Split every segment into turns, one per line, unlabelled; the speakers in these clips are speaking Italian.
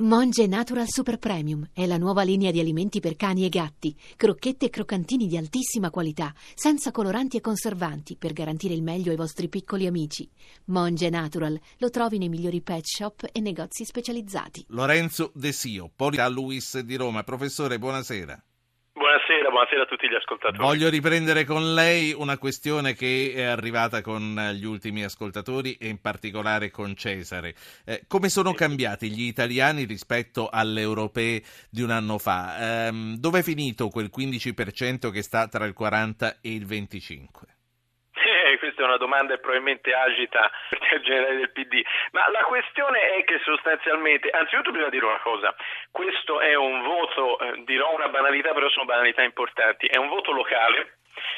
Monge Natural Super Premium è la nuova linea di alimenti per cani e gatti, crocchette e croccantini di altissima qualità, senza coloranti e conservanti, per garantire il meglio ai vostri piccoli amici. Monge Natural lo trovi nei migliori pet shop e negozi specializzati.
Lorenzo De Sio, Polità Luis di Roma. Professore, buonasera.
Buonasera a tutti gli ascoltatori.
Voglio riprendere con lei una questione che è arrivata con gli ultimi ascoltatori e in particolare con Cesare. Come sono cambiati gli italiani rispetto alle europee di un anno fa? Dove è finito quel 15% che sta tra il 40 e il 25%?
Questa è una domanda che probabilmente agita il generale del PD, ma la questione è che sostanzialmente, anzitutto bisogna dire una cosa, questo è un voto, dirò una banalità, però sono banalità importanti, è un voto locale,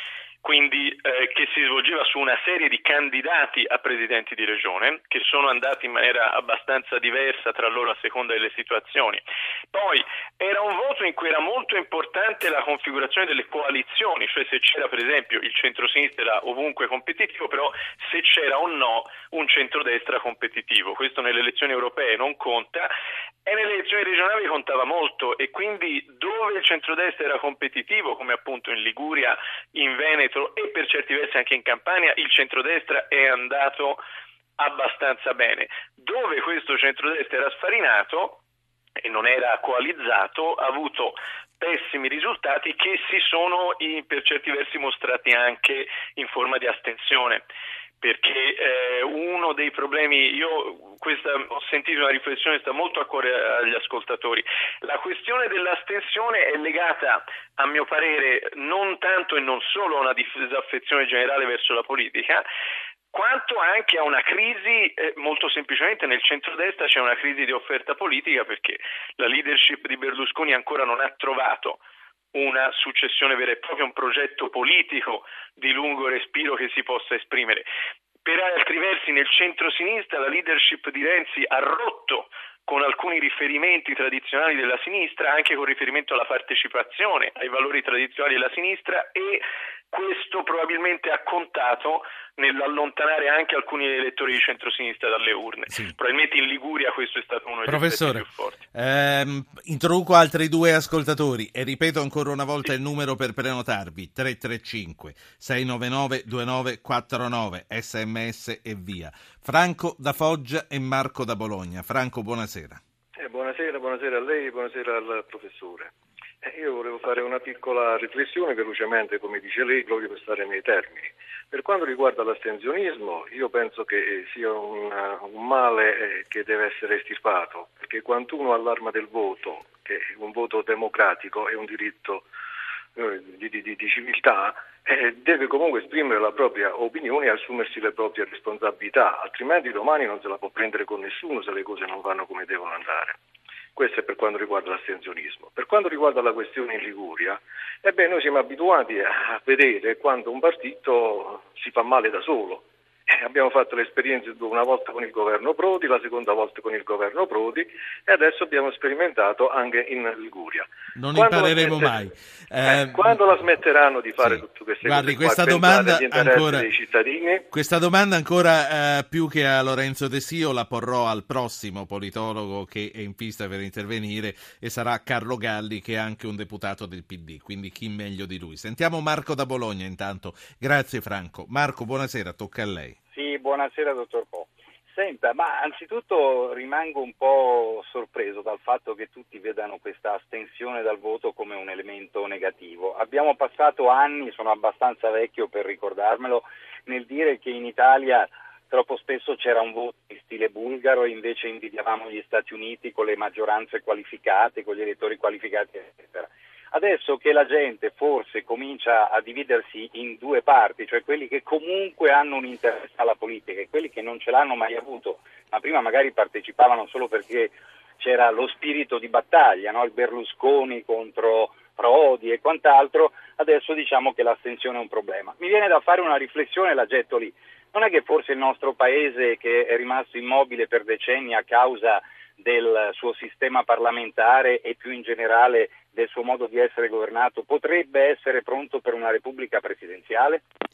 quindi che si svolgeva su una serie di candidati a presidenti di regione che sono andati in maniera abbastanza diversa tra loro a seconda delle situazioni. Poi era un voto in cui era molto importante la configurazione delle coalizioni, cioè se c'era per esempio il centrosinistra era ovunque competitivo, però se c'era o no un centrodestra competitivo. Questo nelle elezioni europee non conta e nelle elezioni regionali contava molto, e quindi dove il centrodestra era competitivo, come appunto in Liguria, in Veneto e per certi versi anche in Campania, il centrodestra è andato abbastanza bene. Dove questo centrodestra era sfarinato e non era coalizzato, ha avuto pessimi risultati che si sono per certi versi mostrati anche in forma di astensione. Perché uno dei problemi, ho sentito una riflessione che sta molto a cuore agli ascoltatori, la questione dell'astensione è legata, a mio parere, non tanto e non solo a una disaffezione generale verso la politica, quanto anche a una crisi, molto semplicemente nel centrodestra c'è una crisi di offerta politica, perché la leadership di Berlusconi ancora non ha trovato una successione vera e propria, un progetto politico di lungo respiro che si possa esprimere. Per altri versi nel centro-sinistra la leadership di Renzi ha rotto con alcuni riferimenti tradizionali della sinistra, anche con riferimento alla partecipazione, ai valori tradizionali della sinistra, e questo probabilmente ha contato nell'allontanare anche alcuni elettori di centrosinistra dalle urne. Sì. Probabilmente in Liguria questo è stato uno degli aspetti più forti.
Introduco altri due ascoltatori e ripeto ancora una volta il numero per prenotarvi: 335 699 2949, sms e via. Franco da Foggia e Marco da Bologna. Franco, buonasera.
Buonasera a lei, buonasera al professore. Io volevo fare una piccola riflessione, velocemente, come dice lei, proprio per stare nei termini. Per quanto riguarda l'astensionismo, io penso che sia un male che deve essere estirpato, perché quando uno ha l'arma del voto, che è un voto democratico, è un diritto di civiltà, deve comunque esprimere la propria opinione e assumersi le proprie responsabilità, altrimenti domani non se la può prendere con nessuno se le cose non vanno come devono andare. Questo è per quanto riguarda l'astensionismo. Per quanto riguarda la questione in Liguria, noi siamo abituati a vedere quando un partito si fa male da solo. Abbiamo fatto l'esperienza una volta con il governo Prodi, la seconda volta con il governo Prodi e adesso abbiamo sperimentato anche in Liguria.
Non impareremo mai.
Quando la smetteranno di fare tutte queste cose?
Questa domanda ancora,
dei cittadini?
Questa domanda ancora più che a Lorenzo De Sio la porrò al prossimo politologo che è in pista per intervenire, e sarà Carlo Galli, che è anche un deputato del PD, quindi chi meglio di lui. Sentiamo Marco da Bologna intanto. Grazie Franco. Marco, buonasera, tocca a lei.
Sì, buonasera dottor Po. Senta, ma anzitutto rimango un po' sorpreso dal fatto che tutti vedano questa astensione dal voto come un elemento negativo. Abbiamo passato anni, sono abbastanza vecchio per ricordarmelo, nel dire che in Italia troppo spesso c'era un voto in stile bulgaro e invece invidiavamo gli Stati Uniti con le maggioranze qualificate, con gli elettori qualificati, eccetera. Adesso che la gente forse comincia a dividersi in due parti, cioè quelli che comunque hanno un interesse alla politica e quelli che non ce l'hanno mai avuto, ma prima magari partecipavano solo perché c'era lo spirito di battaglia, no? Il Berlusconi contro Prodi e quant'altro, adesso diciamo che l'astensione è un problema. Mi viene da fare una riflessione, la getto lì. Non è che forse il nostro paese, che è rimasto immobile per decenni a causa del suo sistema parlamentare e più in generale del suo modo di essere governato, potrebbe essere pronto per una repubblica presidenziale?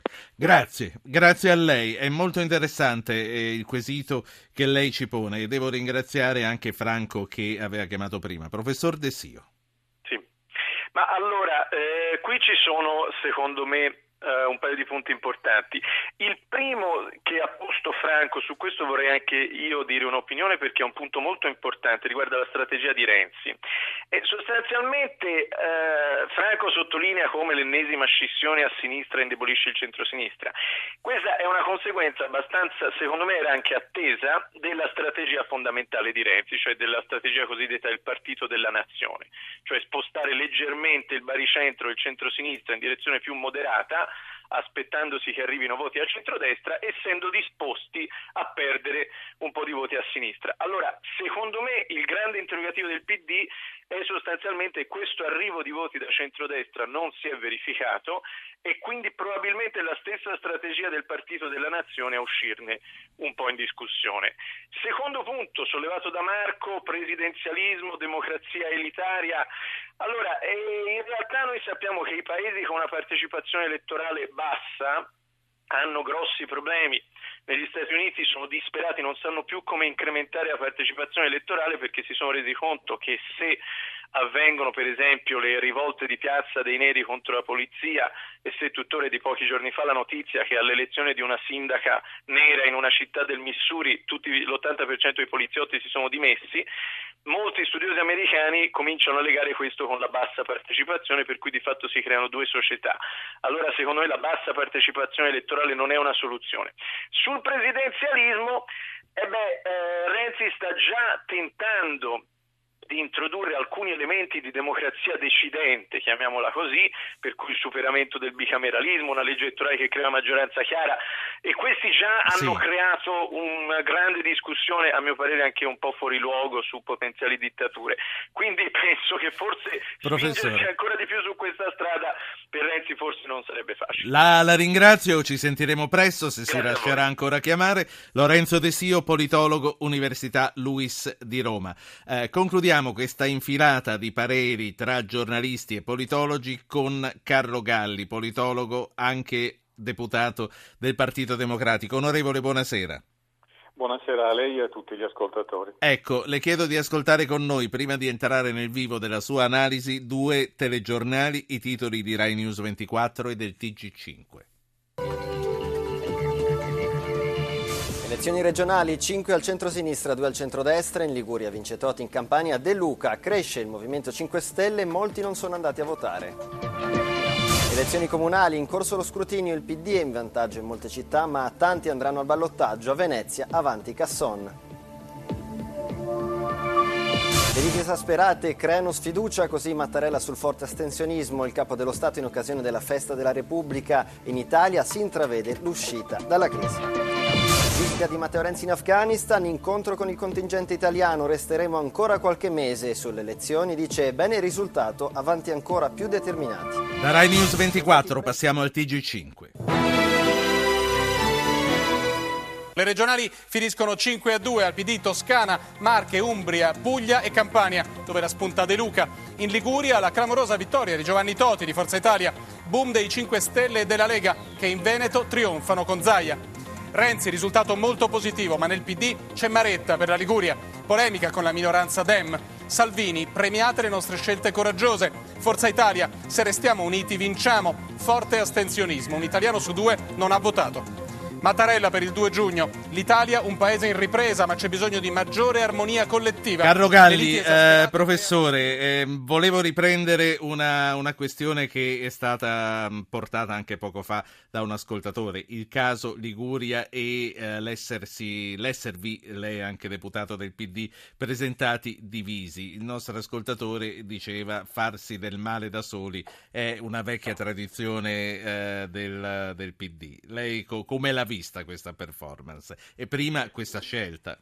Grazie a lei, è molto interessante il quesito che lei ci pone e devo ringraziare anche Franco che aveva chiamato prima. Professor De Sio.
Sì, ma allora qui ci sono secondo me un paio di punti importanti. Il primo che ha posto Franco, su questo vorrei anche io dire un'opinione perché è un punto molto importante, riguarda la strategia di Renzi. E sostanzialmente Franco sottolinea come l'ennesima scissione a sinistra indebolisce il centrosinistra. Questa è una conseguenza abbastanza, secondo me era anche attesa, della strategia fondamentale di Renzi, cioè della strategia cosiddetta del partito della nazione, cioè spostare leggermente il baricentro e il centrosinistra in direzione più moderata, aspettandosi che arrivino voti a centrodestra, essendo disposti a perdere un po' di voti a sinistra. Allora, secondo me il grande interrogativo del PD è sostanzialmente questo arrivo di voti da centrodestra non si è verificato e quindi probabilmente la stessa strategia del partito della nazione a uscirne un po' in discussione. Secondo punto sollevato da Marco, presidenzialismo, democrazia elitaria. Allora, in realtà noi sappiamo che i paesi con una partecipazione elettorale bassa hanno grossi problemi. Negli Stati Uniti sono disperati, non sanno più come incrementare la partecipazione elettorale perché si sono resi conto che se avvengono per esempio le rivolte di piazza dei neri contro la polizia e se tuttora di pochi giorni fa la notizia che all'elezione di una sindaca nera in una città del Missouri l'80% dei poliziotti si sono dimessi, molti studiosi americani cominciano a legare questo con la bassa partecipazione, per cui di fatto si creano due società. Allora secondo me la bassa partecipazione elettorale non è una soluzione. Sul presidenzialismo Renzi sta già tentando di introdurre alcuni elementi di democrazia decidente, chiamiamola così, per cui il superamento del bicameralismo, una legge elettorale che crea una maggioranza chiara, e questi già hanno creato una grande discussione, a mio parere anche un po' fuori luogo, su potenziali dittature. Quindi penso che forse spingersi ancora di più su questa strada per Renzi forse non sarebbe facile.
La ringrazio, ci sentiremo presto se si lascerà ancora chiamare. Lorenzo De Sio, politologo, Università Luis di Roma. Concludiamo questa infilata di pareri tra giornalisti e politologi con Carlo Galli, politologo, anche deputato del Partito Democratico. Onorevole, buonasera.
Buonasera a lei e a tutti gli ascoltatori.
Ecco, le chiedo di ascoltare con noi, prima di entrare nel vivo della sua analisi, due telegiornali, i titoli di Rai News 24 e del TG5.
Elezioni regionali, 5 al centro-sinistra, 2 al centro-destra, in Liguria vince Toti, in Campania De Luca, cresce il Movimento 5 Stelle, molti non sono andati a votare. Elezioni comunali, in corso lo scrutinio, il PD è in vantaggio in molte città, ma tanti andranno al ballottaggio, a Venezia avanti Casson. Le liti esasperate creano sfiducia, così Mattarella sul forte astensionismo, il capo dello Stato in occasione della festa della Repubblica. In Italia si intravede l'uscita dalla crisi. Visita di Matteo Renzi in Afghanistan, incontro con il contingente italiano, resteremo ancora qualche mese. Sulle elezioni dice bene il risultato, avanti ancora più determinati.
Da Rai News 24 passiamo al TG5.
Le regionali finiscono 5-2 al PD Toscana, Marche, Umbria, Puglia e Campania, dove la spunta De Luca. In Liguria la clamorosa vittoria di Giovanni Toti di Forza Italia, boom dei 5 Stelle e della Lega, che in Veneto trionfano con Zaia. Renzi, risultato molto positivo, ma nel PD c'è Maretta per la Liguria. Polemica con la minoranza Dem. Salvini, premiate le nostre scelte coraggiose. Forza Italia, se restiamo uniti vinciamo. Forte astensionismo, un italiano su 2 non ha votato. Mattarella per il 2 giugno. L'Italia un paese in ripresa, ma c'è bisogno di maggiore armonia collettiva.
Carlo Galli, professore, volevo riprendere una questione che è stata portata anche poco fa da un ascoltatore, il caso Liguria e l'esservi, lei è anche deputato del PD, presentati divisi. Il nostro ascoltatore diceva farsi del male da soli è una vecchia tradizione del PD. Lei come l'ha vista questa performance e prima questa scelta?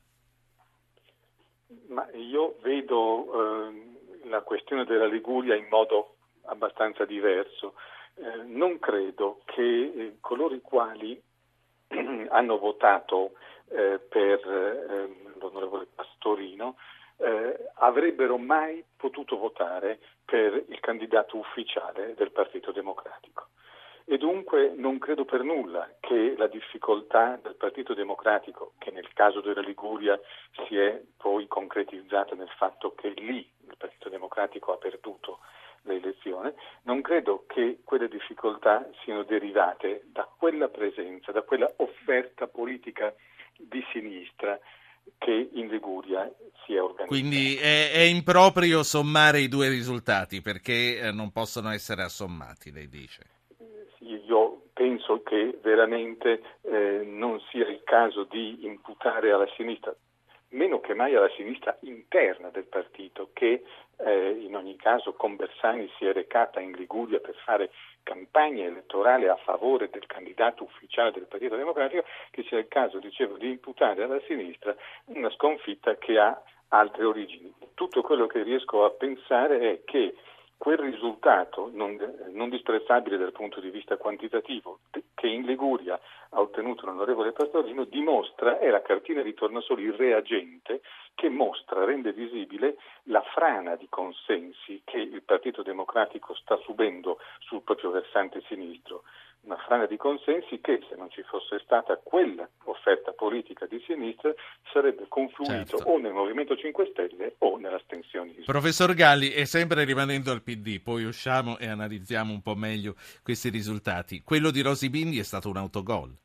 Ma io vedo la questione della Liguria in modo abbastanza diverso. Non credo che coloro i quali hanno votato per l'onorevole Pastorino avrebbero mai potuto votare per il candidato ufficiale del Partito Democratico. E dunque non credo per nulla che la difficoltà del Partito Democratico, che nel caso della Liguria si è poi concretizzata nel fatto che lì il Partito Democratico ha perduto l'elezione, non credo che quelle difficoltà siano derivate da quella presenza, da quella offerta politica di sinistra che in Liguria si è organizzata.
Quindi è improprio sommare i due risultati perché non possono essere assommati, lei dice.
Io penso che veramente non sia il caso di imputare alla sinistra, meno che mai alla sinistra interna del partito, che in ogni caso con Bersani si è recata in Liguria per fare campagna elettorale a favore del candidato ufficiale del Partito Democratico, che sia il caso, dicevo, di imputare alla sinistra una sconfitta che ha altre origini. Tutto quello che riesco a pensare è che quel risultato non disprezzabile dal punto di vista quantitativo che in Liguria ha ottenuto l'onorevole Pastorino dimostra, è la cartina di tornasole, il reagente che rende visibile la frana di consensi che il Partito Democratico sta subendo sul proprio versante sinistro. Una frana di consensi che, se non ci fosse stata quella offerta politica di sinistra, sarebbe confluito o nel Movimento 5 Stelle o nell'astensionismo.
Professor Galli, e sempre rimanendo al PD, poi usciamo e analizziamo un po' meglio questi risultati. Quello di Rosy Bindi è stato un autogol.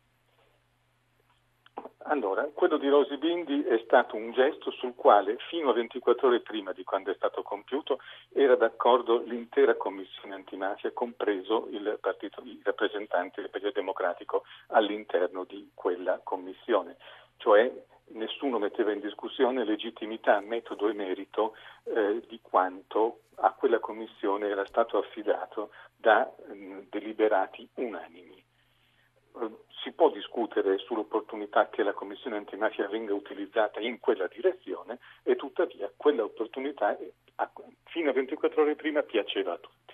Allora, quello di Rosy Bindi è stato un gesto sul quale fino a 24 ore prima di quando è stato compiuto era d'accordo l'intera commissione antimafia, compreso i rappresentanti del Partito Democratico all'interno di quella commissione. Cioè nessuno metteva in discussione legittimità, metodo e merito di quanto a quella commissione era stato affidato da deliberati unanimi. Si può discutere sull'opportunità che la Commissione antimafia venga utilizzata in quella direzione e tuttavia quella opportunità fino a 24 ore prima piaceva a tutti.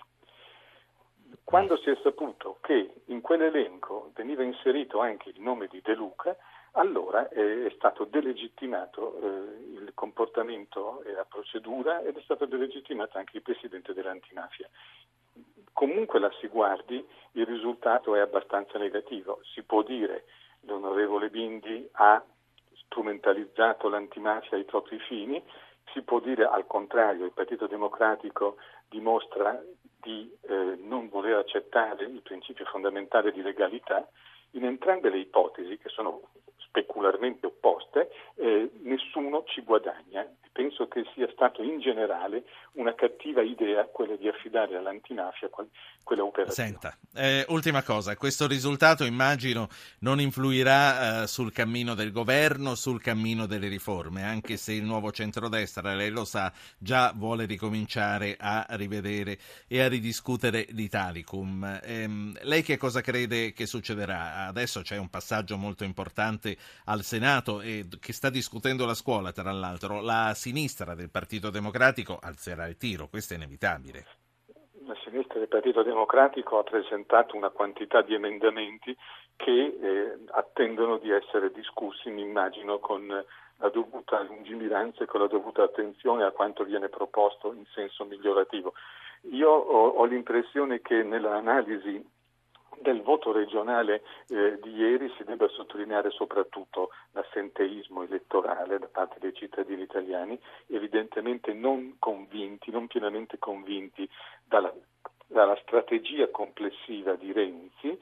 Quando si è saputo che in quell'elenco veniva inserito anche il nome di De Luca, allora è stato delegittimato il comportamento e la procedura ed è stato delegittimato anche il presidente dell'antimafia. Comunque la si guardi, il risultato è abbastanza negativo. Si può dire che l'onorevole Bindi ha strumentalizzato l'antimafia ai propri fini, si può dire al contrario, il Partito Democratico dimostra di non voler accettare il principio fondamentale di legalità. In entrambe le ipotesi, che sono specularmente opposte, nessuno ci guadagna. Penso che sia stato in generale una cattiva idea quella di affidare all'antimafia quella operazione.
Senta, ultima cosa, questo risultato immagino non influirà sul cammino del governo, sul cammino delle riforme, anche se il nuovo centrodestra, lei lo sa, già vuole ricominciare a rivedere e a ridiscutere l'Italicum. Lei che cosa crede che succederà? Adesso c'è un passaggio molto importante al Senato e che sta discutendo la scuola, tra l'altro. La sinistra del Partito Democratico alzerà il tiro, questo è inevitabile.
La sinistra del Partito Democratico ha presentato una quantità di emendamenti che attendono di essere discussi, mi immagino, con la dovuta lungimiranza e con la dovuta attenzione a quanto viene proposto in senso migliorativo. Io ho l'impressione che nell'analisi del voto regionale di ieri si debba sottolineare soprattutto l'assenteismo elettorale da parte dei cittadini italiani, evidentemente non pienamente convinti dalla strategia complessiva di Renzi.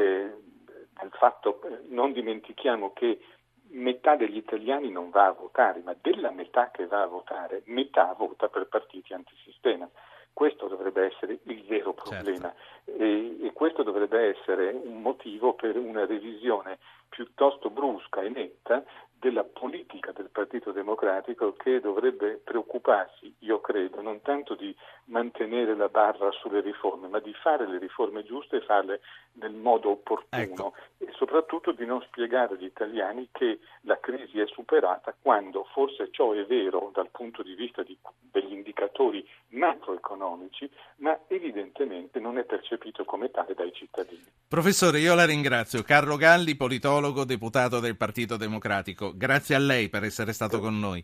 Non dimentichiamo che metà degli italiani non va a votare, ma della metà che va a votare, metà vota per partiti antisistema. Questo dovrebbe essere il vero problema. Certo. E questo dovrebbe essere un motivo per una revisione piuttosto brusca e netta della politica del Partito Democratico, che dovrebbe preoccuparsi, io credo, non tanto di mantenere la barra sulle riforme, ma di fare le riforme giuste e farle nel modo opportuno. Ecco. E soprattutto di non spiegare agli italiani che la crisi è superata, quando forse ciò è vero dal punto di vista degli indicatori macroeconomici, ma evidentemente non è percepito come tale dai cittadini.
Professore, io la ringrazio. Carlo Galli, politologo, deputato del Partito Democratico. Grazie a lei per essere stato con noi.